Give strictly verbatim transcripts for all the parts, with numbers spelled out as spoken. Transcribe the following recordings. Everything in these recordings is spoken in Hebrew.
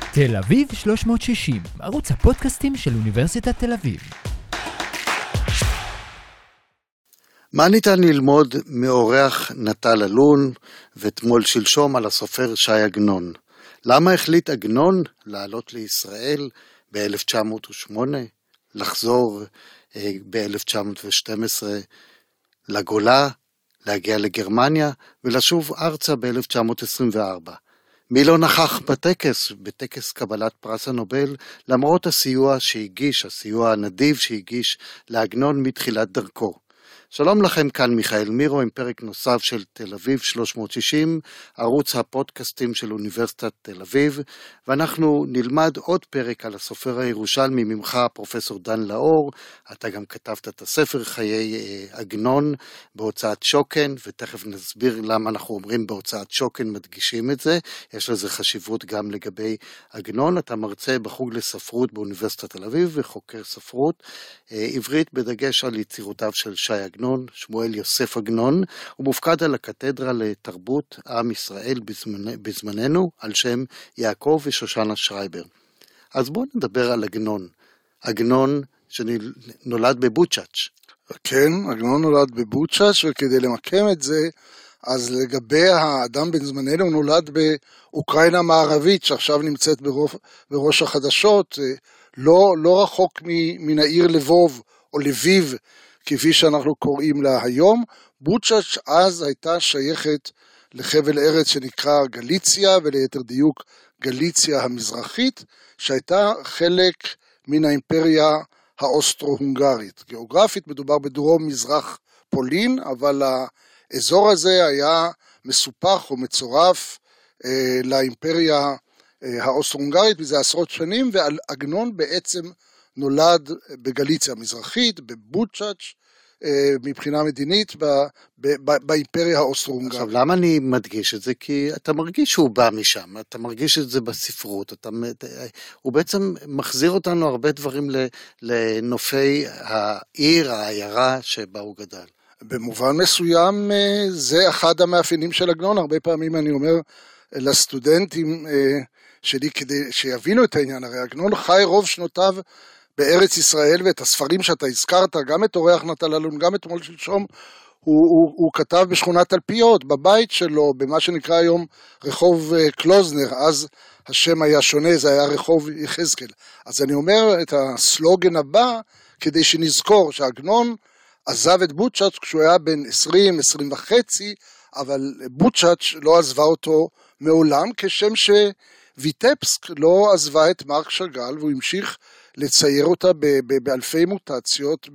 תל אביב שלוש מאות שישים, ערוץ הפודקאסטים של אוניברסיטת תל אביב. מה ניתן ללמוד מאורח נטל אלון ותמול שלשום על הסופר שי עגנון? למה החליט עגנון לעלות לישראל ב-אלף תשע מאות ושמונה, לחזור אה, ב-אלף תשע מאות ושתים עשרה לגולה, להגיע לגרמניה ולשוב ארצה ב-אלף תשע מאות עשרים וארבע? מי לא נכח בטקס, בטקס קבלת פרס הנובל, למרות הסיוע שהגיש, הסיוע הנדיב שהגיש לעגנון מתחילת דרכו? שלום לכם, כאן מיכאל מירו עם פרק נוסף של תל אביב שלוש מאות שישים, ערוץ הפודקאסטים של אוניברסיטת תל אביב, ואנחנו נלמד עוד פרק על הסופר הירושלמי ממך, פרופסור דן לאור. אתה גם כתבת את הספר חיי עגנון בהוצאת שוקן, ותכף נסביר למה אנחנו אומרים בהוצאת שוקן, מדגישים את זה. יש לזה חשיבות גם לגבי עגנון. אתה מרצה בחוג לספרות באוניברסיטת תל אביב וחוקר ספרות עברית בדגש על יצירותיו של שי עגנון, שמואל יוסף עגנון. הוא מופקד על הקתדרה לתרבות עם ישראל בזמנ... בזמננו, על שם יעקב ושושנה שרייבר. אז בואו נדבר על עגנון. עגנון שנולד בבוצ'אץ'. כן, עגנון נולד בבוצ'אץ', וכדי למקם את זה, אז לגבי האדם בן זמננו, הוא נולד באוקראינה המערבית, שעכשיו נמצאת ברוב, בראש החדשות, לא, לא רחוק מן העיר לבוב או לביב, כפי שאנחנו קוראים לה היום. בוצ'אץ' אז הייתה שייכת לחבל ארץ שנקרא גליציה, וליתר דיוק גליציה המזרחית, שהייתה חלק מן האימפריה האוסטרו-הונגרית. גיאוגרפית מדובר בדרום מזרח פולין, אבל האזור הזה היה מסופח ומצורף אה, לאימפריה אה, האוסטרו-הונגרית מזה עשרות שנים, ועגנון בעצם נולד בגליציה המזרחית, בבוצ'אץ', מבחינה מדינית באימפריה האוסטרו-הונגרית. עכשיו, למה אני מדגיש את זה? כי אתה מרגיש שהוא בא משם, אתה מרגיש את זה בספרות, אתה, הוא בעצם מחזיר אותנו הרבה דברים לנופי העיר, העיירה שבה הוא גדל. במובן מסוים זה אחד המאפיינים של עגנון. הרבה פעמים אני אומר לסטודנטים שלי כדי שיבינו את העניין, הרי עגנון חי רוב שנותיו בארץ ישראל, ואת הספרים שאתה הזכרת, גם את אורח נטל אלון, גם את תמול שלשום, הוא, הוא, הוא כתב בשכונת תלפיות, בבית שלו, במה שנקרא היום רחוב קלוזנר, אז השם היה שונה, זה היה רחוב יחזקאל. אז אני אומר את הסלוגן הבא, כדי שנזכור שעגנון עזב את בוצ'אץ' כשהוא היה בן עשרים, עשרים וחצי, אבל בוצ'אץ' לא עזבה אותו מעולם, כשם שוויטפסק לא עזבה את מרק שגל, והוא המשיך לצייר אותה באלפי מוטציות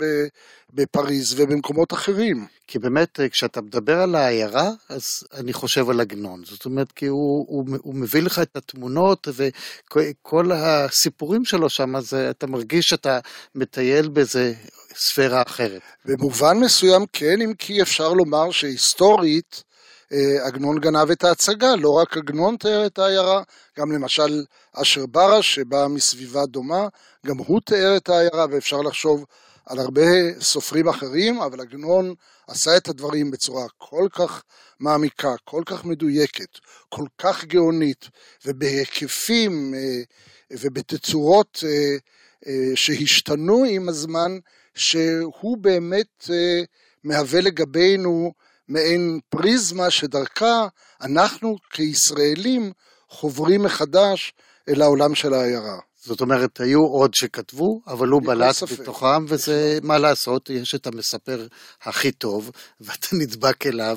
בפריז ובמקומות אחרים. כי באמת כשאתה מדבר על העיירה, אז אני חושב על עגנון. זאת אומרת, כי הוא, הוא, הוא מביא לך את התמונות, וכל הסיפורים שלו שם, אז אתה מרגיש שאתה מטייל באיזה ספירה אחרת. במובן מסוים כן, אם כי אפשר לומר שהיסטורית, עגנון גנב את ההצגה, לא רק עגנון תיאר את העיירה, גם למשל אשר ברש שבא מסביבה דומה, גם הוא תיאר את העיירה, ואפשר לחשוב על הרבה סופרים אחרים, אבל עגנון עשה את הדברים בצורה כל כך מעמיקה, כל כך מדויקת, כל כך גאונית, ובהיקפים ובתצורות שהשתנו עם הזמן, שהוא באמת מהווה לגבינו מעין פריזמה שדרכה אנחנו כישראלים חוברים מחדש אל העולם של העיירה. זאת אומרת, היו עוד שכתבו, אבל הוא בלט בתוכם, וזה מה לעשות, יש את המספר הכי טוב, ואתה נדבק אליו,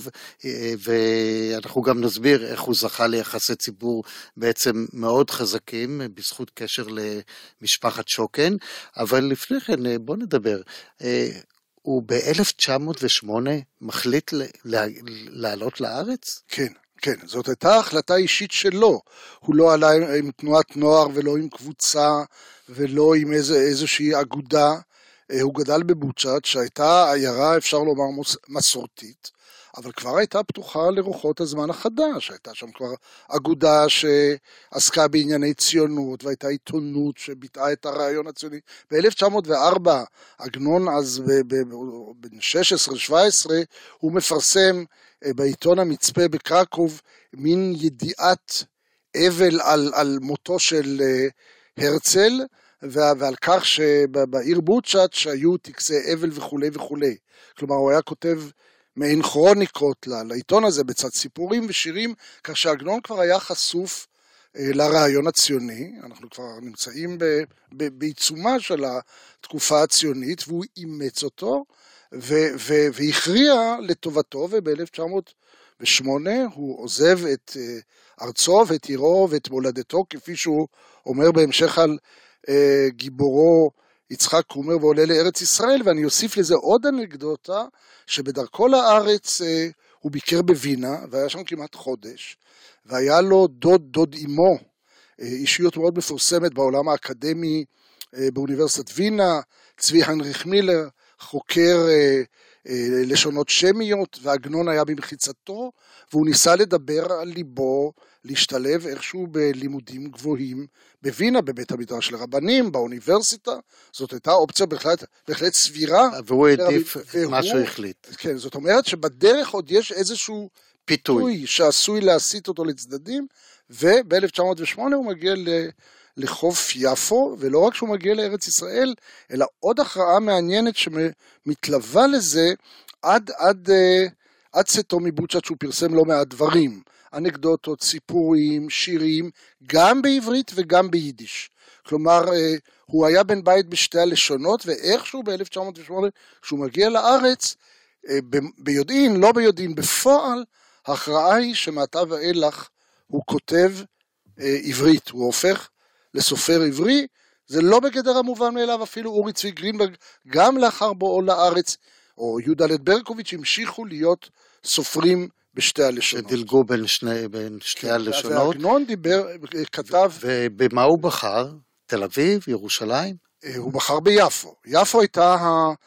ואנחנו גם נסביר איך הוא זכה ליחסי ציבור בעצם מאוד חזקים, בזכות קשר למשפחת שוקן, אבל לפני כן בוא נדבר. הוא ב-אלף תשע מאות ושמונה מחליט לעלות לארץ? כן, כן, זאת הייתה החלטה אישית שלו. הוא לא עלה עם תנועת נוער ולא עם קבוצה ולא עם איזה, איזושהי אגודה. הוא גדל בבוצ'אץ' שהייתה עיירה, אפשר לומר, מסורתית, אבל כבר הייתה פתוחה לרוחות הזמן החדש. הייתה שם כבר אגודה שעסקה בענייני ציונות, והייתה עיתונות שביטאה את הרעיון הציוני. ב-אלף תשע מאות וארבע, עגנון אז בן שש עשרה שבע עשרה, הוא מפרסם בעיתון המצפה בקרקוב מין ידיעת אבל על, על מותו של הרצל, ועל כך שבעיר בוצ'אץ' שהיו טקסי אבל וכו' וכו'. כלומר, הוא היה כותב מעין כרוניקות לעיתון הזה, בצד סיפורים ושירים, כך שעגנון כבר היה חשוף לרעיון הציוני. אנחנו כבר נמצאים ב, ב, בעיצומה של התקופה הציונית, והוא אימץ אותו, ו, ו, והכריע לטובתו, וב-אלף תשע מאות ושמונה הוא עוזב את ארצו ואת עירו ואת מולדתו, כפי שהוא אומר בהמשך על גיבורו יצחק קומר, ועולה לארץ ישראל. ואני אוסיף לזה עוד אנקדוטה, שבדרכו לארץ הוא ביקר בווינה, והיה שם כמעט חודש, והיה לו דוד דוד אמו, אישיות מאוד מפורסמת בעולם האקדמי באוניברסיטת וינה, צבי הנריך מילר, חוקר לשונות שמיות, ועגנון היה במחיצתו, והוא ניסה לדבר על ליבו, להשתלב איכשהו בלימודים גבוהים בווינה, בבית המדרש לרבנים, באוניברסיטה. זאת הייתה אופציה בהחלט, בהחלט סבירה. והוא העדיף מה שהוא החליט. כן, זאת אומרת שבדרך עוד יש איזשהו פיתוי, פיתוי שעשוי להסיט אותו לצדדים, וב-אלף תשע מאות ושמונה הוא מגיע ל... לחוף יפו, ולא רק שהוא מגיע לארץ ישראל, אלא עוד הכרעה מעניינת שמתלווה לזה, עד, עד, עד צאתו מבוצ'אץ' שהוא פרסם לא מעט דברים, אנקדוטות, סיפורים, שירים, גם בעברית וגם ביידיש. כלומר, הוא היה בן בית בשתי הלשונות, ואיכשהו ב-אלף תשע מאות ושמונה, כשהוא מגיע לארץ, ביודעין, לא ביודעין, בפועל, ההכרעה היא שמעתה ואילך הוא כותב עברית, הוא הופך לסופר עברי. זה לא בגדר המובן מאליו, אפילו אורי צבי גרינברג, גם לאחר בואו לארץ, או יהודה לד ברקוביץ', המשיכו להיות סופרים בשתי הלשונות. שדילגו בין, שני, בין שתי כן, הלשונות. ועגנון דיבר, כתב... ובמה הוא בחר? תל אביב, ירושלים? הוא בחר ביפו. יפו הייתה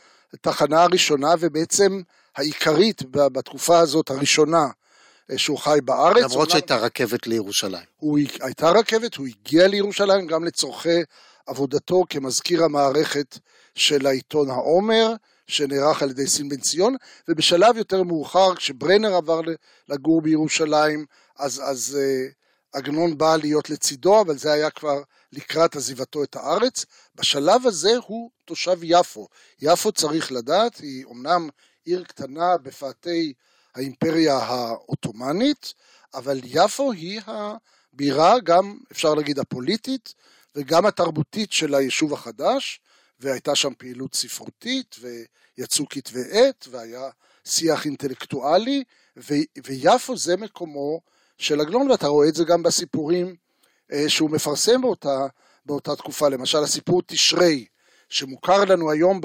התחנה הראשונה, ובעצם העיקרית בתקופה הזאת, הראשונה, שהוא חי בארץ. למרות שהייתה רכבת לירושלים. הוא, הייתה רכבת, הוא הגיע לירושלים גם לצורכי עבודתו כמזכיר המערכת של העיתון העומר, שנערך על ידי סין בן ציון, ובשלב יותר מאוחר, כשברנר עבר לגור בירושלים, אז, אז עגנון בא להיות לצידו, אבל זה היה כבר לקראת עזיבתו את הארץ. בשלב הזה הוא תושב יפו. יפו צריך לדעת, היא אומנם עיר קטנה בפאתי האימפריה העות'מאנית, אבל יפו היא הבירה, גם אפשר להגיד הפוליטית, וגם התרבותית של היישוב החדש, והייתה שם פעילות ספרותית, ויצאו כתבי עת, והיה שיח אינטלקטואלי, ו- ויפו זה מקומו של עגנון, ואתה רואה את זה גם בסיפורים אה, שהוא מפרסם באותה, באותה תקופה, למשל הסיפור תשרי, שמוכר לנו היום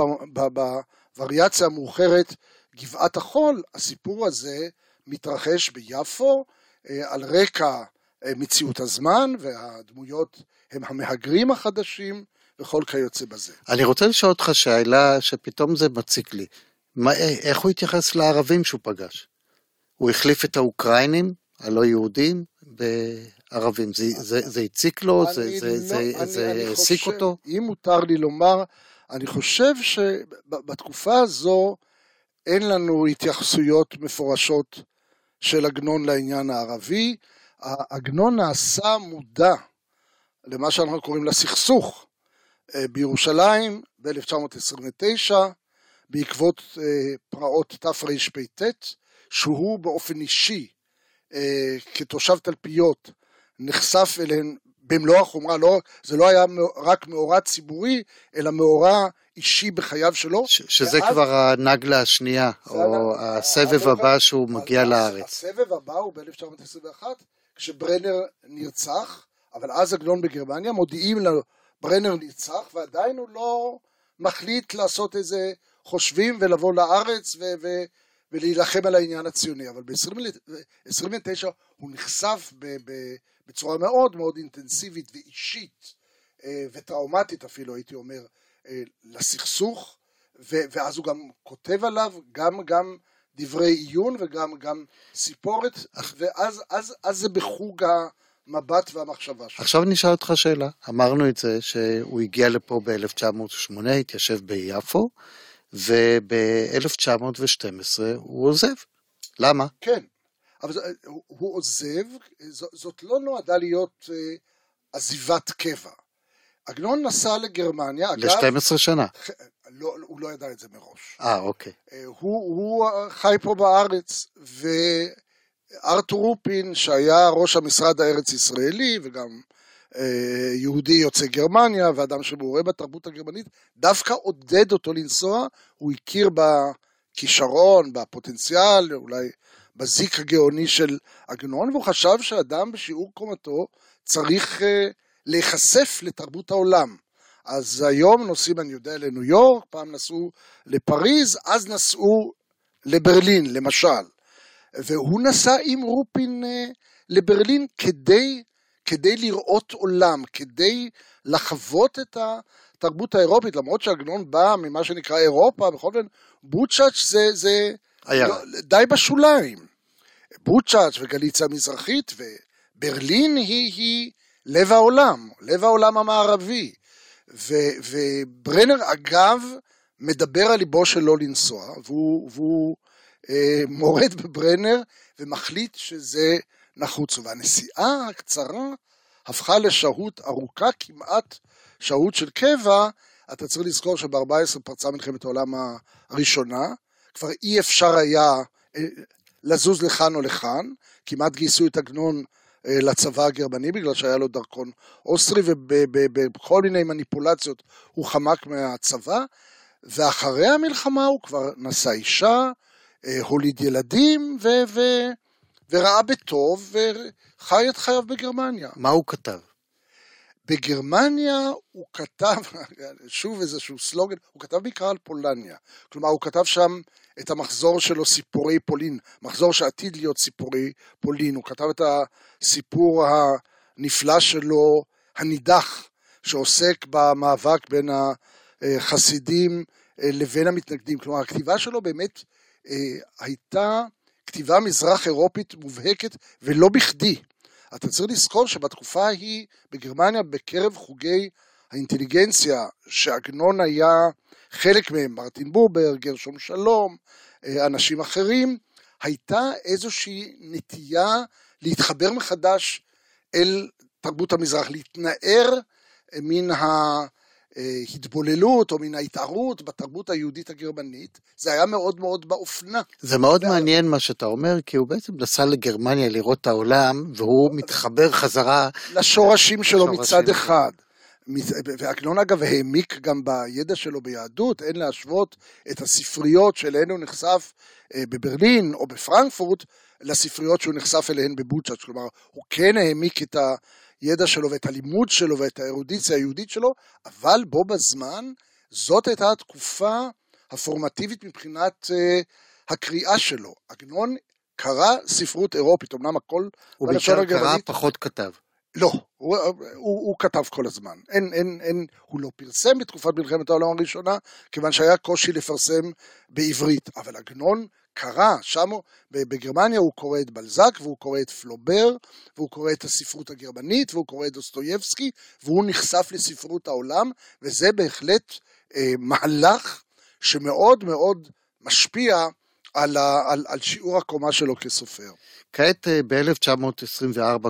בווריאציה המאוחרת, גבעת החול. הסיפור הזה מתרחש ביפו, אה, על רקע אה, מציאות הזמן, והדמויות הם המהגרים החדשים, וכל כיוצא בזה. אני רוצה לשאול אותך שאלה שפתאום זה מציק לי. מה, איך הוא התייחס לערבים שהוא פגש? הוא החליף את האוקראינים, הלא יהודים, בערבים. זה, זה, זה הציק לו? זה, זה, לא, זה, אני, זה אני העסיק חושב, אותו? אם מותר לי לומר, אני חושב שבתקופה הזו אין לנו התייחסויות מפורשות של עגנון לעניין הערבי. עגנון נעשה מודע למה שאנחנו קוראים לסכסוך בירושלים ב-אלף תשע מאות עשרים ותשע, בעקבות פרעות תרפ"ט, שהוא באופן אישי, כתושב תלפיות, נחשף אליהן במלוא החומרה. לא, זה לא היה רק מאורע ציבורי, אלא מאורע אישי בחייו שלו. ש- שזה ואז, כבר הנגלה השנייה, או הנגלה, הסבב הבא שהוא מגיע לארץ. הסבב הבא הוא ב-אלף תשע מאות עשרים ואחת, כשברנר נרצח, אבל אז עגנון בגרמניה, מודיעים לו, ברנר נרצח, ועדיין הוא לא מחליט לעשות איזה חושבים ולבוא לארץ ו- ו- ולהילחם על העניין הציוני. אבל ב-עשרים ותשע הוא נחשף ב- ב- בצורה מאוד מאוד אינטנסיבית ואישית וטראומטית אפילו, הייתי אומר, לסכסוך, ו- ואז הוא גם כותב עליו גם, גם דברי עיון וגם גם סיפורת, ואז אז, אז זה בחוג המבט והמחשבה שלו. עכשיו נשאל אותך שאלה. אמרנו את זה שהוא הגיע לפה ב-אלף תשע מאות ושמונה, התיישב ביפו, וב-אלף תשע מאות ושתים עשרה הוא עוזב. למה? כן. אבל הוא עוזב, זאת לא נועדה להיות עזיבת קבע. עגנון נסע לגרמניה, ל-שתים עשרה שנה. לא, הוא לא ידע את זה מראש. אה, אוקיי. הוא, הוא חי פה בארץ, וארתור רופין, שהיה ראש המשרד הארץ ישראלי, וגם אה, יהודי יוצא גרמניה, ואדם שמעורה בתרבות הגרמנית, דווקא עודד אותו לנסוע, הוא הכיר בכישרון, בפוטנציאל, אולי בזיק הגאוני של עגנון, והוא חשב שאדם בשיעור קומתו צריך אה, להיחשף לתרבות העולם. אז היום נוסעים, אני יודע, לניו יורק, פעם נסעו לפריז, אז נסעו לברלין, למשל. והוא נסע עם רופין לברלין כדי, כדי לראות עולם, כדי לחוות את התרבות האירופית, למרות שעגנון בא ממה שנקרא אירופה, בכל זאת, בוצ'אץ' זה, זה לא, די בשוליים. בוצ'אץ' וגליציה המזרחית, וברלין היא, היא לב העולם, לב העולם המערבי. ו- וברנר אגב מדבר על ליבו של לא לנסוע, והוא, והוא אה, מורד בברנר ומחליט שזה נחוץ, והנסיעה הקצרה הפכה לשהות ארוכה, כמעט שהות של קבע. אתה צריך לזכור שב-ארבע עשרה פרצה מלחמת העולם הראשונה, כבר אי אפשר היה אה, לזוז לכאן או לכאן, כמעט גייסו את עגנון לצבא הגרמני, בגלל שהיה לו דרכון אוסטרי, ובכל מיני מניפולציות הוא חמק מהצבא, ואחרי המלחמה הוא כבר נשא אישה, הוליד ילדים, ו- ו- וראה בטוב, וחי את חייו בגרמניה. מה הוא כתב? בגרמניה הוא כתב, שוב איזשהו סלוגן, הוא כתב בעיקר על פולניה. כלומר, הוא כתב שם את המחזור שלו, סיפורי פולין, מחזור שעתיד להיות סיפורי פולין. הוא כתב את הסיפור הנפלא שלו, הנידח, שעוסק במאבק בין החסידים לבין המתנגדים. כלומר, הכתיבה שלו באמת הייתה כתיבה מזרח אירופית מובהקת, ולא בכדי. אתה צריך לזכור שבתקופה ההיא בגרמניה, בקרב חוגי האינטליגנציה, שעגנון היה חלק מהם, מרטין בובר, גרשום שלום, אנשים אחרים, הייתה איזושהי נטייה להתחבר מחדש אל תרבות המזרח, להתנער מן ההתבוללות או מן ההתערות בתרבות היהודית הגרמנית. זה היה מאוד מאוד באופנה. זה מאוד מעניין מה שאתה אומר, כי הוא בעצם נסע לגרמניה לראות את העולם, והוא מתחבר חזרה לשורשים שלו מצד אחד. ועגנון אגב העמיק גם בידע שלו ביהדות, אין להשוות את הספריות שאליהן הוא נחשף בברלין או בפרנקפורט, לספריות שהוא נחשף אליהן בבוצ'אץ'. כלומר, הוא כן העמיק את הידע שלו ואת הלימוד שלו ואת הארודיציה היהודית שלו, אבל בו בזמן זאת הייתה התקופה הפורמטיבית מבחינת הקריאה שלו. עגנון קרא ספרות אירופית, אמנם הכל הוא בעיקר קרא, פחות כתב. לא, הוא, הוא, הוא כתב כל הזמן. אין, אין, אין, הוא לא פרסם בתקופת מלחמת העולם הראשונה, כיוון שהיה קושי לפרסם בעברית. אבל עגנון קרא, שם בגרמניה הוא קורא את בלזק, והוא קורא את פלובר, והוא קורא את הספרות הגרמנית, והוא קורא את דוסטויבסקי, והוא נחשף לספרות העולם, וזה בהחלט אה, מהלך שמאוד מאוד משפיע על, ה, על, על שיעור הקומה שלו כסופר. כעת ב-אלף תשע מאות עשרים וארבע...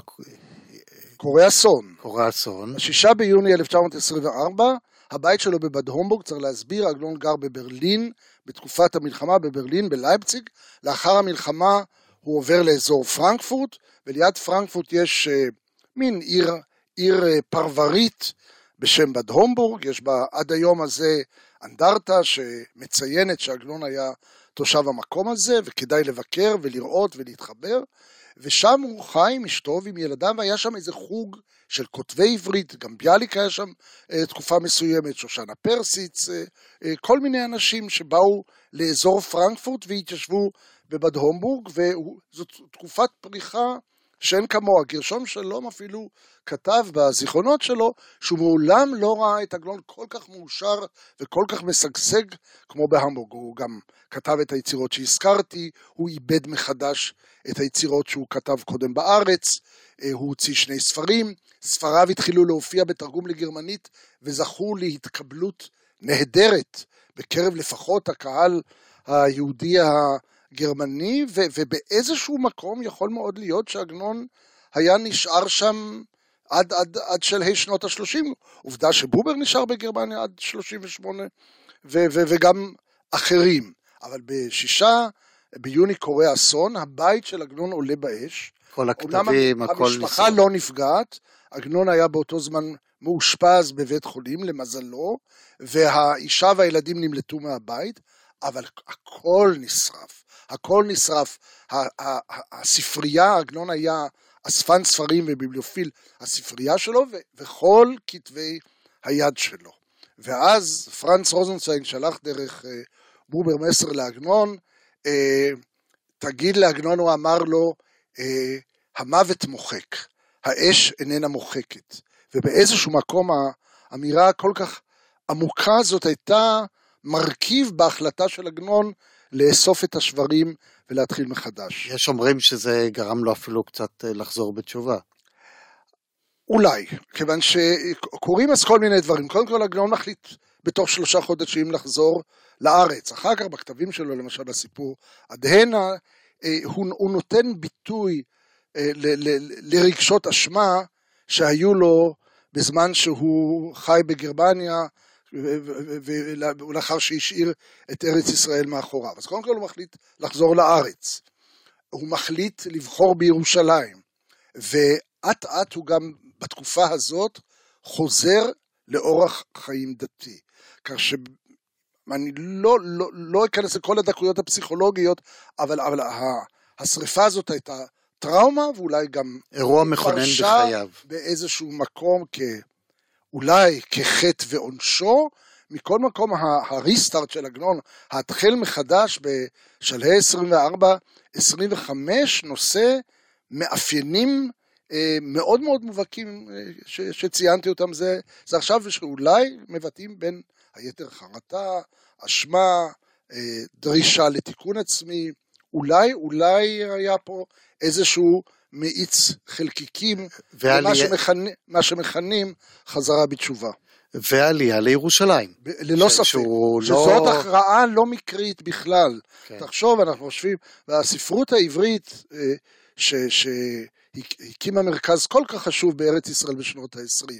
קורא אסון. קורא אסון. השישה ביוני אלף תשע מאות עשרים וארבע, הבית שלו בבד הומבורג, צריך להסביר, עגנון גר בברלין, בתקופת המלחמה בברלין, בלייפציג. לאחר המלחמה הוא עובר לאזור פרנקפורט, וליד פרנקפורט יש uh, מין עיר, עיר uh, פרברית בשם בד הומבורג, יש בה עד היום הזה אנדרטה שמציינת שעגנון היה תושב המקום הזה, וכדאי לבקר ולראות ולהתחבר. ושם הוא חי עם אשתו ועם ילדיו, והיה שם איזה חוג של כותבי עברית, גם ביאליק היה שם אה, תקופה מסוימת, שושנה פרסיץ, אה, אה, כל מיני אנשים שבאו לאזור פרנקפורט והתיישבו בבד הומבורג, וזאת תקופת פריחה שאין כמוה. גרשום שלום אפילו כתב בזיכרונות שלו, שהוא מעולם לא ראה את עגנון כל כך מאושר וכל כך משגשג כמו בהמבורג. הוא גם כתב את היצירות שהזכרתי, הוא איבד מחדש את היצירות שהוא כתב קודם בארץ, הוא הוציא שני ספרים, ספריו התחילו להופיע בתרגום לגרמנית, וזכו להתקבלות נהדרת בקרב לפחות הקהל היהודי גרמני, ו, ובאיזשהו מקום יכול מאוד להיות שעגנון היה נשאר שם עד, עד, עד שלהי שנות ה-שלושים, עובדה שבובר נשאר בגרמניה עד שלושים ושמונה, ו, ו, וגם אחרים, אבל בשישה, ביוני קורה אסון, הבית של עגנון עולה באש, כל הכתבים, הכל המשפחה לא נפגעת, עגנון היה באותו זמן מאושפז בבית חולים, למזלו, והאישה והילדים נמלטו מהבית, אבל הכל נשרף, הכל נשרף, הספרייה, עגנון היה אספן ספרים וביבליופיל, הספרייה שלו, וכל כתבי היד שלו. ואז פרנץ רוזנצוויג שלח דרך בובר מסר לעגנון, תגיד לעגנון, הוא אמר לו, המוות מוחק, האש איננה מוחקת. ובאיזשהו מקום האמירה כל כך עמוקה הזאת הייתה מרכיב בהחלטה של עגנון לאסוף את השברים ולהתחיל מחדש. יש אומרים שזה גרם לו אפילו קצת לחזור בתשובה. אולי, כיוון שקוראים אז כל מיני דברים. קודם כל עגנון מחליט בתוך שלושה חודשים לחזור לארץ. אחר כך בכתבים שלו, למשל בסיפור הדהנה, הוא, הוא נותן ביטוי ל, ל, לרגשות אשמה שהיו לו בזמן שהוא חי בגרמניה, ולאחר שהשאיר את ארץ ישראל מאחוריו. אז קודם כל הוא מחליט לחזור לארץ. הוא מחליט לבחור בירושלים. ואט אט הוא גם בתקופה הזאת חוזר לאורח חיים דתי. כך שאני לא, לא, לא אכנס לכל הדקויות הפסיכולוגיות, אבל, אבל השריפה הזאת הייתה טראומה, ואולי גם אירוע מכונן בחייו. באיזשהו מקום כ... אולי כחטא ועונשו, מכל מקום הריסטארט של עגנון, ההתחל מחדש בשלהי עשרים וארבע עשרים וחמש, נושא מאפיינים מאוד מאוד מובהקים ש, שציינתי אותם, זה, זה עכשיו שאולי מבטאים בין היתר חרטה, אשמה, דרישה לתיקון עצמי, אולי, אולי היה פה איזשהו מאיץ חלקיקים, ומה שמכנים, מה שמכנים חזרה בתשובה. ועלייה לירושלים. ב- ללא ספק, שזאת לא... הכרעה לא מקרית בכלל. כן. תחשוב, אנחנו חושבים, והספרות העברית ש... שהקימה מרכז כל כך חשוב בארץ ישראל בשנות ה-עשרים,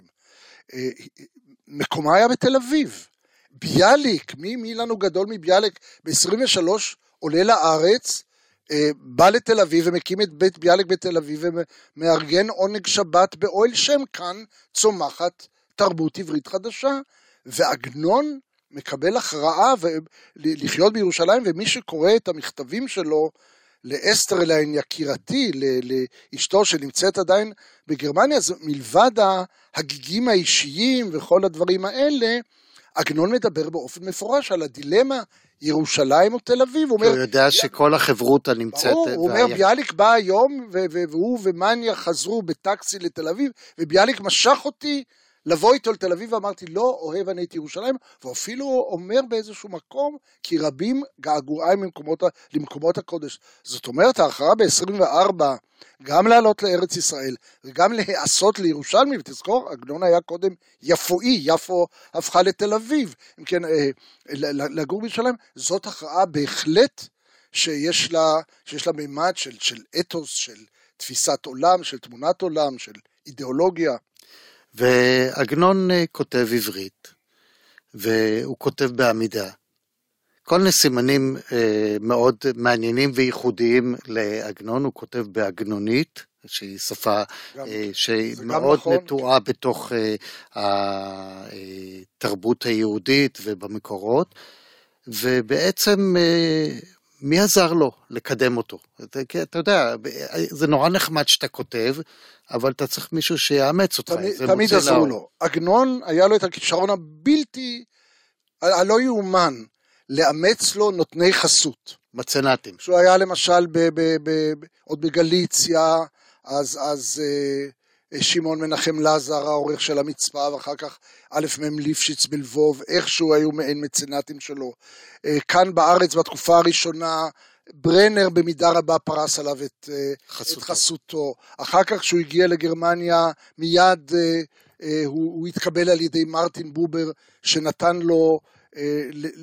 מקומה היה בתל אביב. ביאליק, מי, מי לנו גדול מביאליק, ב-עשרים ושלוש עולה לארץ, בא לתל אביב ומקים את בית ביאליק בתל אביב ומארגן עונג שבת באוהל שם. כאן צומחת תרבות עברית חדשה, ועגנון מקבל הכרעה לחיות בירושלים, ומי שקורא את המכתבים שלו לאסתרליין יקירתי, לאשתו שנמצאת עדיין בגרמניה, אז מלבד ההגיגים האישיים וכל הדברים האלה, עגנון מדבר באופן מפורש על הדילמה ירושלים או תל אביב. הוא יודע שכל החברותה נמצאת. הוא אומר, ביאליק בא היום, והוא ומניה חזרו בטקסי לתל אביב, וביאליק משך אותי לבוא איתו לתל אביב, ואמרתי, לא אוהב אני את ירושלים, ואפילו אומר באיזשהו מקום, כי רבים געגועי למקומות, למקומות הקודש. זאת אומרת, ההכרעה ב-עשרים וארבע, גם לעלות לארץ ישראל, וגם להיעשות לירושלמי, ותזכור, עגנון היה קודם יפואי, יפו הפכה לתל אביב, אם כן, לגור בירושלים, זאת הכרעה בהחלט שיש לה, שיש לה מימד של, של אתוס, של תפיסת עולם, של תמונת עולם, של אידיאולוגיה. ועגנון כותב עברית, והוא כותב בעמידה. כל מיני סימנים מאוד מעניינים וייחודיים לעגנון, הוא כותב בעגנונית, שהיא שפה גם, שמאוד נכון. נטועה בתוך התרבות היהודית ובמקורות, ובעצם מי עזר לו לקדם אותו? אתה יודע, זה נורא נחמד שאתה כותב, אבל אתה צריך מישהו שיאמץ אותך. תמיד, תמיד עזרו לו. עגנון היה לו את הכישרון הבלתי, הלא יאומן, לאמץ לו נותני חסות. מצנטים. שהוא היה למשל ב, ב, ב, ב, עוד בגליציה, אז, אז אה, שמעון מנחם לזר, העורך של המצפה, ואחר כך א' מ' ליפשיץ בלבוב, איכשהו היו מעין מצנטים שלו. אה, כאן בארץ בתקופה הראשונה, ברנר במידה רבה פרס עליו את חסותו. את חסותו. אחר כך כשהוא הגיע לגרמניה, מיד אה, אה, הוא, הוא התקבל על ידי מרטין בובר, שנתן לו אה, ל,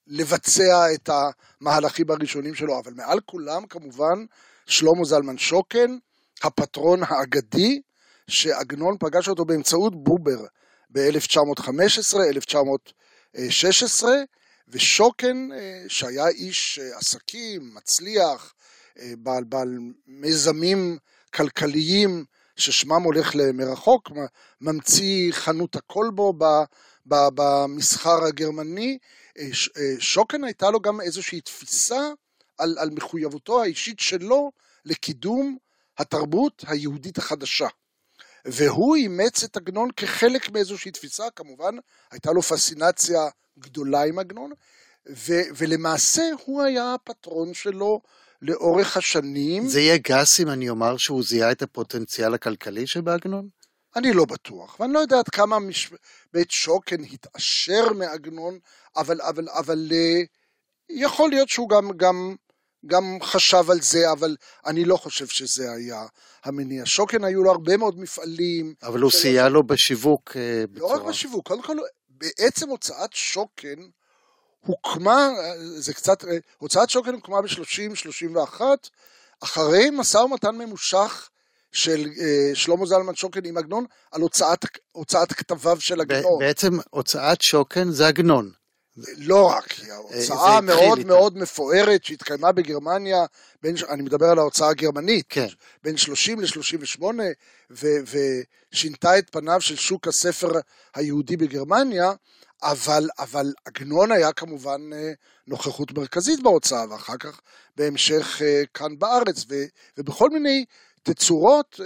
לבצע את המהלכים הראשונים שלו, אבל מעל כולם כמובן שלמה זלמן שוקן, הפטרון האגדי, שעגנון פגש אותו באמצעות בובר ב-אלף תשע מאות חמש עשרה אלף תשע מאות שש עשרה, ושוקן שהיה איש עסקים, מצליח, בעל, בעל מיזמים כלכליים ששמם הולך למרחוק, ממציא חנות הקולבו במסחר הגרמני. שוקן הייתה לו גם איזושהי תפיסה על, על מחויבותו האישית שלו לקידום התרבות היהודית החדשה. והוא אימץ את עגנון כחלק מאיזושהי תפיסה, כמובן הייתה לו פסינציה גדולה עם עגנון, ו- ולמעשה הוא היה הפטרון שלו לאורך השנים. זה יהיה גס אם אני אומר שהוא זיהה את הפוטנציאל הכלכלי שבעגנון? אני לא בטוח, ואני לא יודע עד כמה מש... בית שוקן התעשר מעגנון, אבל, אבל, אבל יכול להיות שהוא גם, גם, גם חשב על זה, אבל אני לא חושב שזה היה המניע. שוקן היו לו הרבה מאוד מפעלים. אבל הוא סייע לו בשיווק בצורה. לא רק בשיווק, קודם כל, בעצם הוצאת שוקן הוקמה, זה קצת, הוצאת שוקן הוקמה ב-שלושים שלושים ואחת, אחרי משא ומתן ממושך של שלמה זלמן שוקן עם עגנון, על הוצאת, הוצאת כתביו של עגנון. בעצם הוצאת שוקן זה עגנון. לא רק, היא ההוצאה מאוד מאוד מפוארת שהתקיימה בגרמניה, בין, אני מדבר על ההוצאה הגרמנית, כן. בין שלושים ל-שלושים ושמונה, ו, ושינתה את פניו של שוק הספר היהודי בגרמניה, אבל, אבל עגנון היה כמובן נוכחות מרכזית בהוצאה, ואחר כך בהמשך כאן בארץ, ו, ובכל מיני תצורות,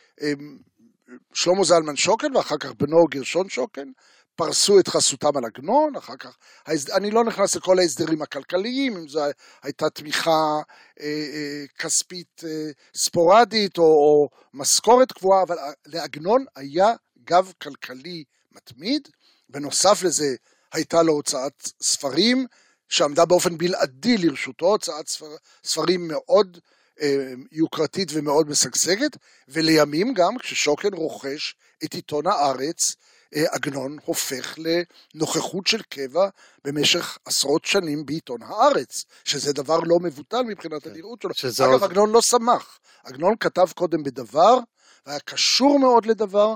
שלמה זלמן שוקן, ואחר כך בנו גרשון שוקן, פרסו את חסותם על עגנון, אחר כך, אני לא נכנס לכל ההסדרים הכלכליים, אם זו הייתה תמיכה אה, אה, כספית אה, ספורדית, או, או משכורת קבועה, אבל לעגנון היה גב כלכלי מתמיד, בנוסף לזה הייתה לו הוצאת ספרים, שעמדה באופן בלעדי לרשותו, הוצאת ספר, ספרים מאוד אה, יוקרתית ומאוד משגשגת, ולימים גם כששוקן רוכש את עיתון הארץ, עגנון הופך לנוכחות של קבע במשך עשרות שנים בעיתון הארץ, שזה דבר לא מבוטל מבחינת הנראות שלו. אגב, עגנון לא שמח. עגנון כתב קודם בדבר, והיה קשור מאוד לדבר,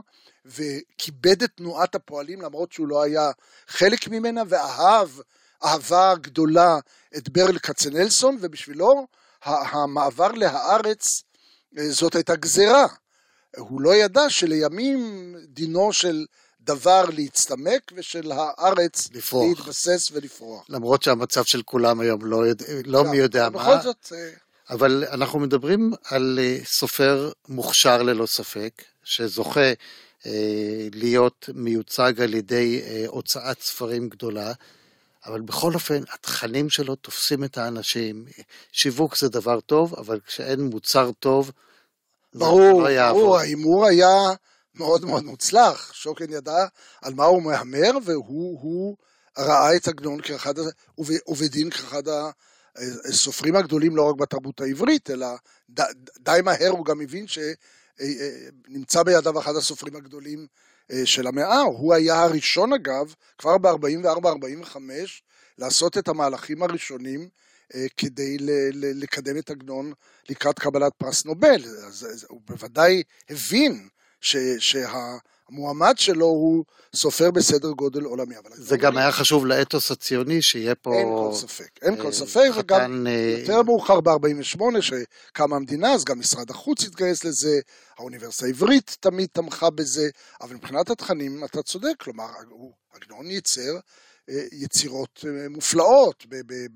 וכיבד את תנועת הפועלים, למרות שהוא לא היה חלק ממנה, ואהב, אהבה גדולה את ברל כצנלסון, ובשבילו המעבר להארץ, זאת הייתה גזרה. הוא לא ידע שלימים דינו של דבר להצטמק, ושל הארץ לפרוח. להתבסס ולפרוח. למרות שהמצב של כולם היום לא, יודע, לא מי יודע מה. בכל זאת... אבל אנחנו מדברים על סופר מוכשר ללא ספק, שזוכה אה, להיות מיוצג על ידי אה, הוצאת ספרים גדולה, אבל בכל אופן התכנים שלו תופסים את האנשים. שיווק זה דבר טוב, אבל כשאין מוצר טוב, ברור, לא ברור, האימור היה מאוד מאוד מוצלח. שוקן ידע על מה הוא מהמר, והוא ראה את עגנון כאחד, ובדין כאחד הסופרים הגדולים, לא רק בתרבות העברית, אלא די, די מהר הוא גם הבין שנמצא בידיו אחד הסופרים הגדולים של המאה. הוא היה הראשון אגב, כבר ב-ארבעים וארבע ארבעים וחמש, לעשות את המהלכים הראשונים, כדי לקדם את עגנון לקראת קבלת פרס נובל. אז הוא בוודאי הבין שהמועמד שלו הוא סופר בסדר גודל עולמי. זה גם היה חשוב לאתוס הציוני שיהיה פה... אין כל ספק, אין כל ספק, וגם יותר מאוחר ב-ארבעים ושמונה שקמה המדינה, אז גם משרד החוץ התגייס לזה, האוניברסיטה העברית תמיד תמכה בזה, אבל מבחינת התכנים אתה צודק, כלומר, עגנון ייצר יצירות מופלאות,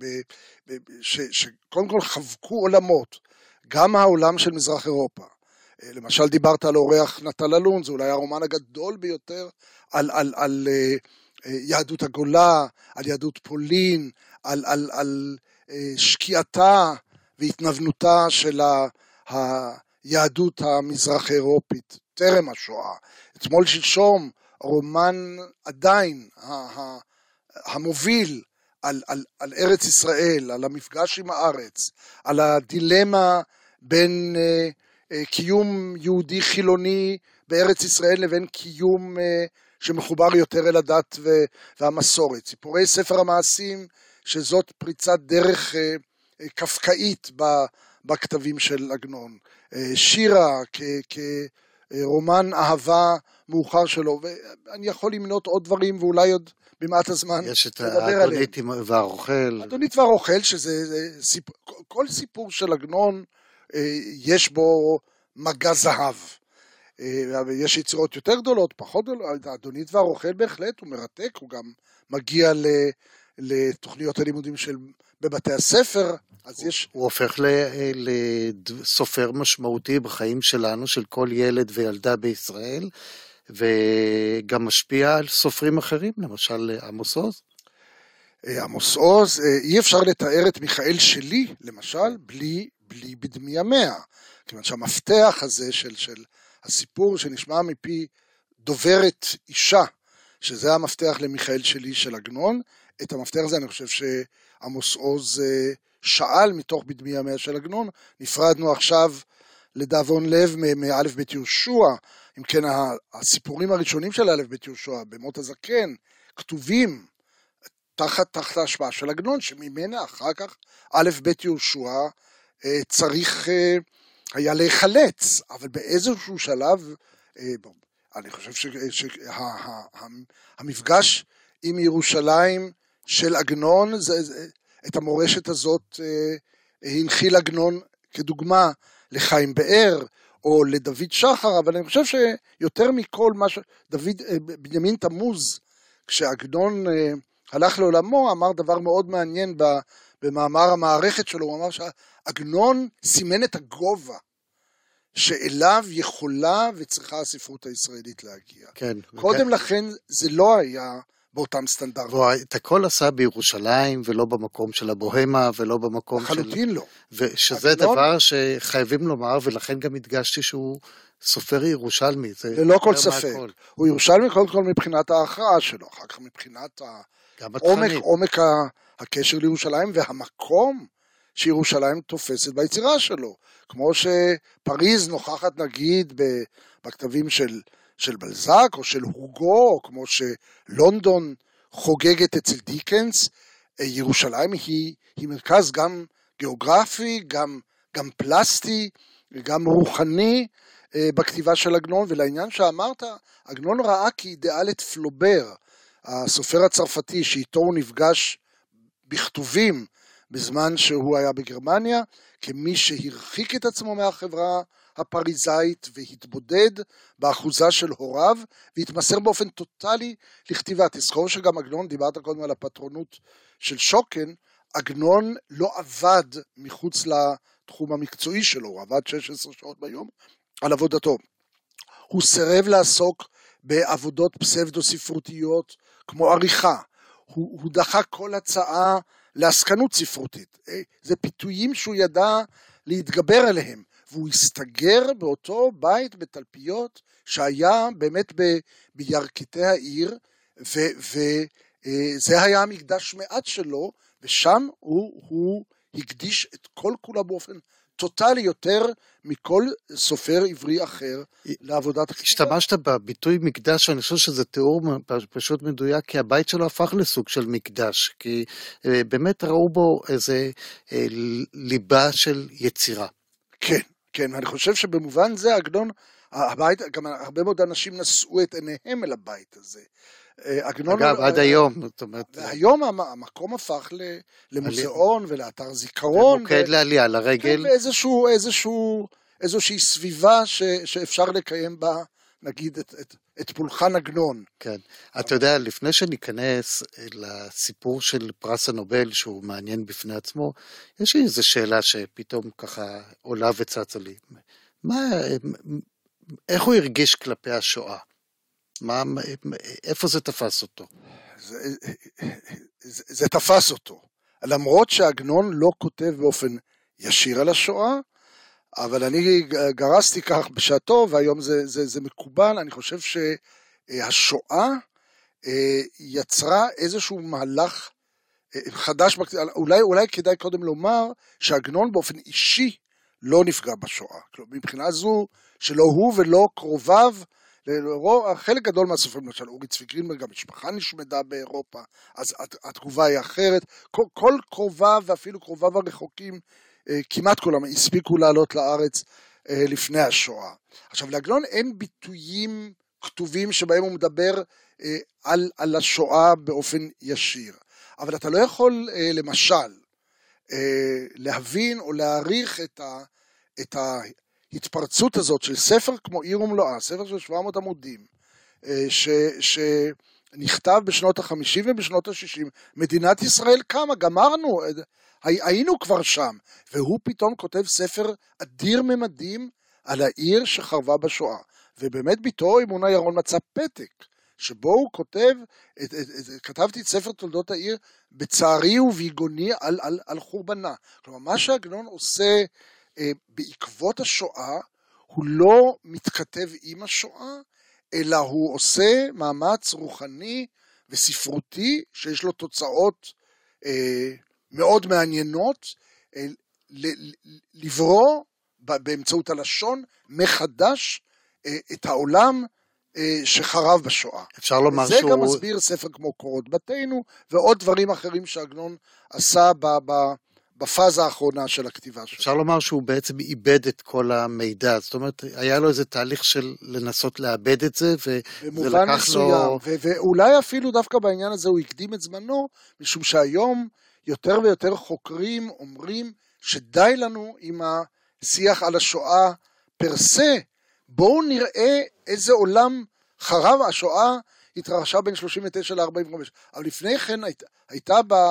שקודם כל חבקו עולמות, גם העולם של מזרח אירופה. למשל דיברת על אורח נטל אלון, זה אולי הרומן הגדול ביותר על, על, על יהדות הגולה, על יהדות פולין, על, על, על שקיעתה והתנוונותה של היהדות המזרח אירופית, טרם השואה. אתמול שלשום, רומן עדיין המוביל על, על, על ארץ ישראל, על המפגש עם הארץ, על הדילמה בין אה, אה, קיום יהודי חילוני בארץ ישראל לבין קיום אה, שמחובר יותר אל הדת והמסורת. סיפורי ספר המעשים שזאת פריצת דרך קפקאית בכתבים של עגנון. שירה כרומן אהבה מאוחר שלו, ואני יכול למנות עוד דברים ואולי עוד במעט הזמן יש את האדונית והרוכל. האדונית והרוכל, שזה סיפור, כל סיפור של עגנון יש בו מגע זהב. יש יצירות יותר גדולות, פחות גדולות, האדונית והרוכל בהחלט, הוא מרתק, הוא גם מגיע לתוכניות הלימודים של בבתי הספר, אז יש... הוא הופך לסופר משמעותי בחיים שלנו, של כל ילד וילדה בישראל, וגם משפיע על סופרים אחרים, למשל עמוס עוז. עמוס עוז, אי אפשר לתאר את מיכאל שלי, למשל, בלי, בלי בדמי ימיה, כיוון שהמפתח הזה של, של הסיפור שנשמע מפי דוברת אישה, שזה המפתח למיכאל שלי של עגנון, את המפתח הזה אני חושב שעמוס עוז שאל מתוך בדמי ימיה של עגנון. נפרדנו עכשיו לדאבון לב מאלף בית יהושע, אם כן הסיפורים הראשונים של אלף בית יהושע, במות הזקן, כתובים תחת תחת ההשפעה של עגנון, שממנה אחר כך אלף בית יהושע צריך היה להיחלץ, אבל באיזשהו שלב, אני חושב שהמפגש עם ירושלים של עגנון, זה, זה, את המורשת הזאת הנחיל עגנון כדוגמה לחיים באר, או לדוד שחר, אבל אני חושב שיותר מכל מה ש... דוד, בנימין תמוז, כשעגנון הלך לעולמו, אמר דבר מאוד מעניין במאמר המערכת שלו, הוא אמר שעגנון סימן את הגובה, שאליו יכולה וצריכה הספרות הישראלית להגיע. כן. קודם וכן... לכן זה לא היה באותם סטנדרטים. את הכל עשה בירושלים, ולא במקום של הבוהמה, ולא במקום של... חלוטין לא. ושזה עגנון... דבר שחייבים לומר, ולכן גם הדגשתי שהוא סופר ירושלמי. ללא כל ספק. הוא ירושלמי קודם כל מבחינת ההכרעה שלו, אחר כך מבחינת העומק, עומק הקשר לירושלים, והמקום שירושלים תופסת ביצירה שלו. כמו שפריז נוכחת נגיד בכתבים של, של בלזק או של הוגו, או כמו שלונדון חוגגת אצל דיקנס, ירושלים היא, היא מרכז גם גיאוגרפי, גם, גם פלסטי, גם רוחני בכתיבה של עגנון, ולעניין שאמרת, עגנון ראה כאידאל את פלובר, הסופר הצרפתי שאיתו הוא נפגש בכתובים, בזמן שהוא היה בגרמניה, כמי שהרחיק את עצמו מהחברה הפריזאית והתבודד באחוזה של הוריו, והתמסר באופן טוטלי לכתיבה. תזכור שגם עגנון, דיברת קודם על הפטרונות של שוקן, עגנון לא עבד מחוץ לתחום המקצועי שלו, הוא עבד שש עשרה שעות ביום על עבודתו. הוא סירב לעסוק בעבודות פסבדו-ספרותיות כמו עריכה, הוא, הוא דחה כל הצעה לעסקנות ספרותית. זה פיתויים שהוא ידע להתגבר עליהם, והוא הסתגר באותו בית בתלפיות שהיה באמת ב, בירכתי העיר, וזה היה המקדש מעט שלו, ושם הוא, הוא הקדיש את כל כולה באופן טוטלי יותר מכל סופר עברי אחר לעבודת הכתיבה. השתמשת בביטוי מקדש, ואני חושב שזה תיאור פשוט מדויק, כי הבית שלו הפך לסוג של מקדש, כי באמת ראו בו איזה ליבה של יצירה. כן, כן, ואני חושב שבמובן זה עגנון, הבית, גם הרבה מאוד אנשים נשאו את עיניהם אל הבית הזה. עגנון, אגב, עד היום. זאת אומרת, והיום המקום הפך למוזיאון ולאתר זיכרון. ומוקד לעלייה לרגל. ואיזשהו, איזשהו, איזושהי סביבה ש, שאפשר לקיים בה, נגיד, את, את, את פולחן עגנון. כן. אתה יודע, לפני שניכנס לסיפור של פרס הנובל, שהוא מעניין בפני עצמו, יש לי איזו שאלה שפתאום ככה עולה וצצה לי. מה, איך הוא הרגיש כלפי השואה? מה, איפה זה תפס אותו? זה, זה, זה תפס אותו. למרות שעגנון לא כותב באופן ישיר על השואה, אבל אני גרסתי כך בשעתו, והיום זה, זה, זה מקובל. אני חושב שהשואה יצרה איזשהו מהלך חדש, אולי, אולי כדאי קודם לומר שעגנון באופן אישי לא נפגע בשואה. מבחינה זו שלא הוא ולא קרוביו, חלק גדול מהסופרים, למשל, אורי צבי גרינברג, המשפחה נשמדה באירופה, אז התגובה היא אחרת. כל, כל קרוביו ואפילו קרוביו הרחוקים, כמעט כולם הספיקו לעלות לארץ לפני השואה. עכשיו, לעגנון אין ביטויים כתובים שבהם הוא מדבר על, על השואה באופן ישיר. אבל אתה לא יכול, למשל, להבין או להעריך את ה... את ההתפרצות הזאת של ספר כמו עיר ומלואה, ספר של שבע מאות עמודים, ש, שנכתב בשנות ה-חמישים ובשנות ה-שישים, מדינת ישראל קמה, גמרנו, היינו כבר שם, והוא פתאום כותב ספר אדיר ממדים על העיר שחרבה בשואה, ובאמת ביתו אמונה ירון מצא פתק, שבו הוא כותב, את, את, את, כתבתי את ספר תולדות העיר בצערי וביגוני על, על, על חורבנה. כלומר, מה שעגנון עושה בעקבות השואה, הוא לא מתכתב עם השואה, אלא הוא עושה מאמץ רוחני וספרותי, שיש לו תוצאות אה, מאוד מעניינות, אה, לברוא באמצעות הלשון מחדש אה, את העולם אה, שחרב בשואה. אפשר לומר זה שהוא... גם מסביר ספר כמו קורות בתינו, ועוד דברים אחרים שעגנון עשה ב... ב בפאזה האחרונה של הכתיבה שלו. אפשר לומר שהוא בעצם איבד את כל המידע, זאת אומרת, היה לו איזה תהליך של לנסות לאבד את זה, וזה לקח מסוים, לו... ו- ואולי אפילו דווקא בעניין הזה הוא הקדים את זמנו, משום שהיום יותר ויותר חוקרים אומרים שדי לנו עם השיח על השואה פרסה, בואו נראה איזה עולם חרב. השואה התרחשה בין שלושים ותשע ל-ארבעים וחמש, אבל לפני כן היית, הייתה ב...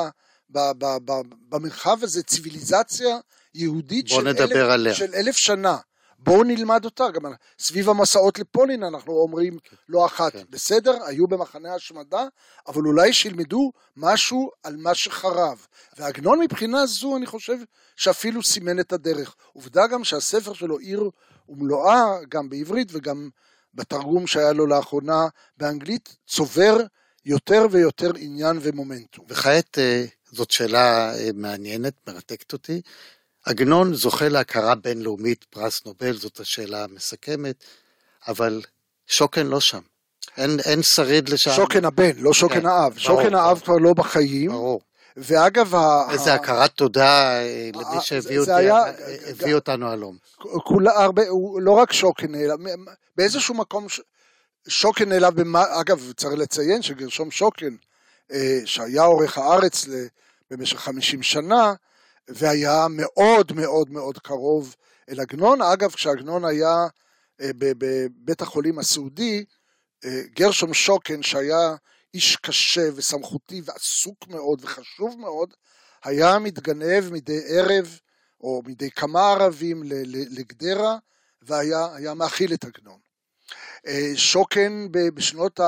במרחב הזה ציוויליזציה יהודית של אלף, של אלף שנה. בואו נלמד אותה. גם סביב המסעות לפולין אנחנו אומרים כן. לא אחת. כן. בסדר, היו במחנה השמדה, אבל אולי שילמדו משהו על מה שחרב. והעגנון מבחינה זו אני חושב שאפילו סימן את הדרך. עובדה גם שהספר שלו עיר ומלואה, גם בעברית וגם בתרגום שהיה לו לאחרונה באנגלית, צובר יותר ויותר עניין ומומנטום. וכעת זאת שאלה מעניינת, מרתקת אותי. עגנון זוכה להכרה בינלאומית, פרס נובל, זאת השאלה המסכמת, אבל שוקן לא שם. אין, אין שריד לשם. שוקן הבן, לא שוקן כן, האב. ברור, שוקן ברור. האב כבר לא בחיים. ברור. ואגב... איזה הכרת תודה למי שהביא אותי, היה, הביא אותנו הלום. כולה הרבה, לא רק שוקן, אלא באיזשהו מקום שוקן אליו, אגב צריך לציין שגרשום שוקן, שהיה עורך הארץ במשך חמישים שנה, והיה מאוד מאוד מאוד קרוב אל עגנון. אגב, כשעגנון היה בבית החולים הסעודי, גרשום שוקן, שהיה איש קשה וסמכותי ועסוק מאוד וחשוב מאוד, היה מתגנב מדי ערב או מדי כמה ערבים לגדרה, והיה היה מאכיל את עגנון. שוקן בשנות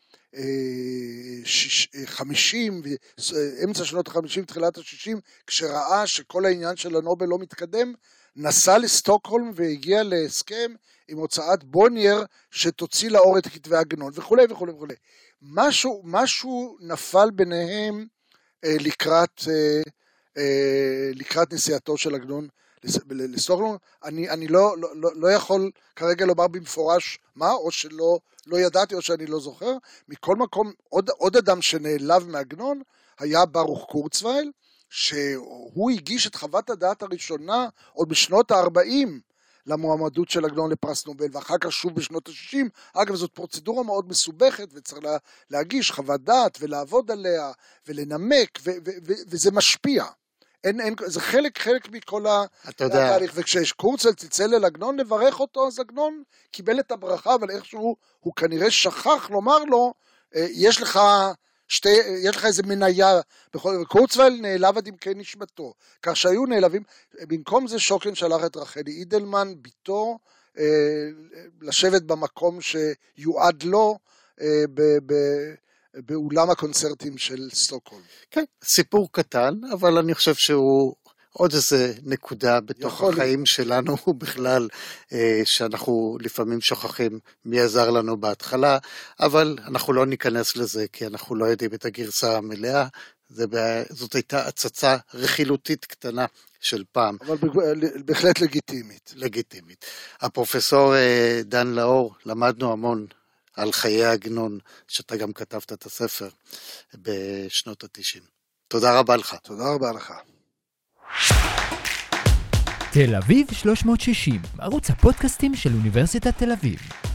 ה-חמישים, אמצע שנות ה-חמישים, תחילת ה-שישים, כשראה שכל העניין של הנובל לא מתקדם, נסע לסטוקהולם והגיע להסכם עם הוצאת בונייר שתוציא לאור את כתבי עגנון וכו' וכו' וכו'. משהו, משהו נפל ביניהם אה, לקראת, אה, אה, לקראת נסיעתו של עגנון לסטוקהולם. אני, אני לא, לא, לא, לא יכול כרגע לומר במפורש מה, או שלא לא ידעתי או שאני לא זוכר. מכל מקום, עוד, עוד אדם שנעלב מעגנון היה ברוך קורצווייל, שהוא הגיש את חוות הדעת הראשונה עוד בשנות ה-ארבעים למועמדות של עגנון לפרס נובל, ואחר כך שוב בשנות ה-שישים. אגב, זאת פרוצדורה מאוד מסובכת, וצריך לה, להגיש חוות דעת ולעבוד עליה ולנמק, ו- ו- ו- וזה משפיע. אין, אין, זה חלק, חלק מכל התהליך, וכשקורצווייל צלצל אל עגנון לברך אותו, אז עגנון קיבל את הברכה, אבל איכשהו הוא כנראה שכח לומר לו, יש לך... שתי, יש לך איזה מניה, קורצווייל נעלב עד עמקי נשמתו, כך שהיו נעלבים. במקום זה שוקן שלח את רחלי אידלמן, ביתו, אה, לשבת במקום שיועד לו, אה, ב, ב, באולם הקונצרטים של סטוקהולם. כן, סיפור קטן, אבל אני חושב שהוא עוד איזה נקודה בתוך החיים לי. שלנו בכלל, שאנחנו לפעמים שוכחים מי עזר לנו בהתחלה, אבל אנחנו לא ניכנס לזה, כי אנחנו לא יודעים את הגרסה המלאה. זאת הייתה הצצה רכילותית קטנה של פעם. אבל בהחלט לגיטימית. לגיטימית. הפרופסור דן לאור, למדנו המון על חיי עגנון, שאתה גם כתבת את הספר בשנות ה-תשעים. תודה רבה לך. תודה רבה לך. תל אביב שלוש מאות שישים, ערוץ הפודקאסטים של אוניברסיטת תל אביב.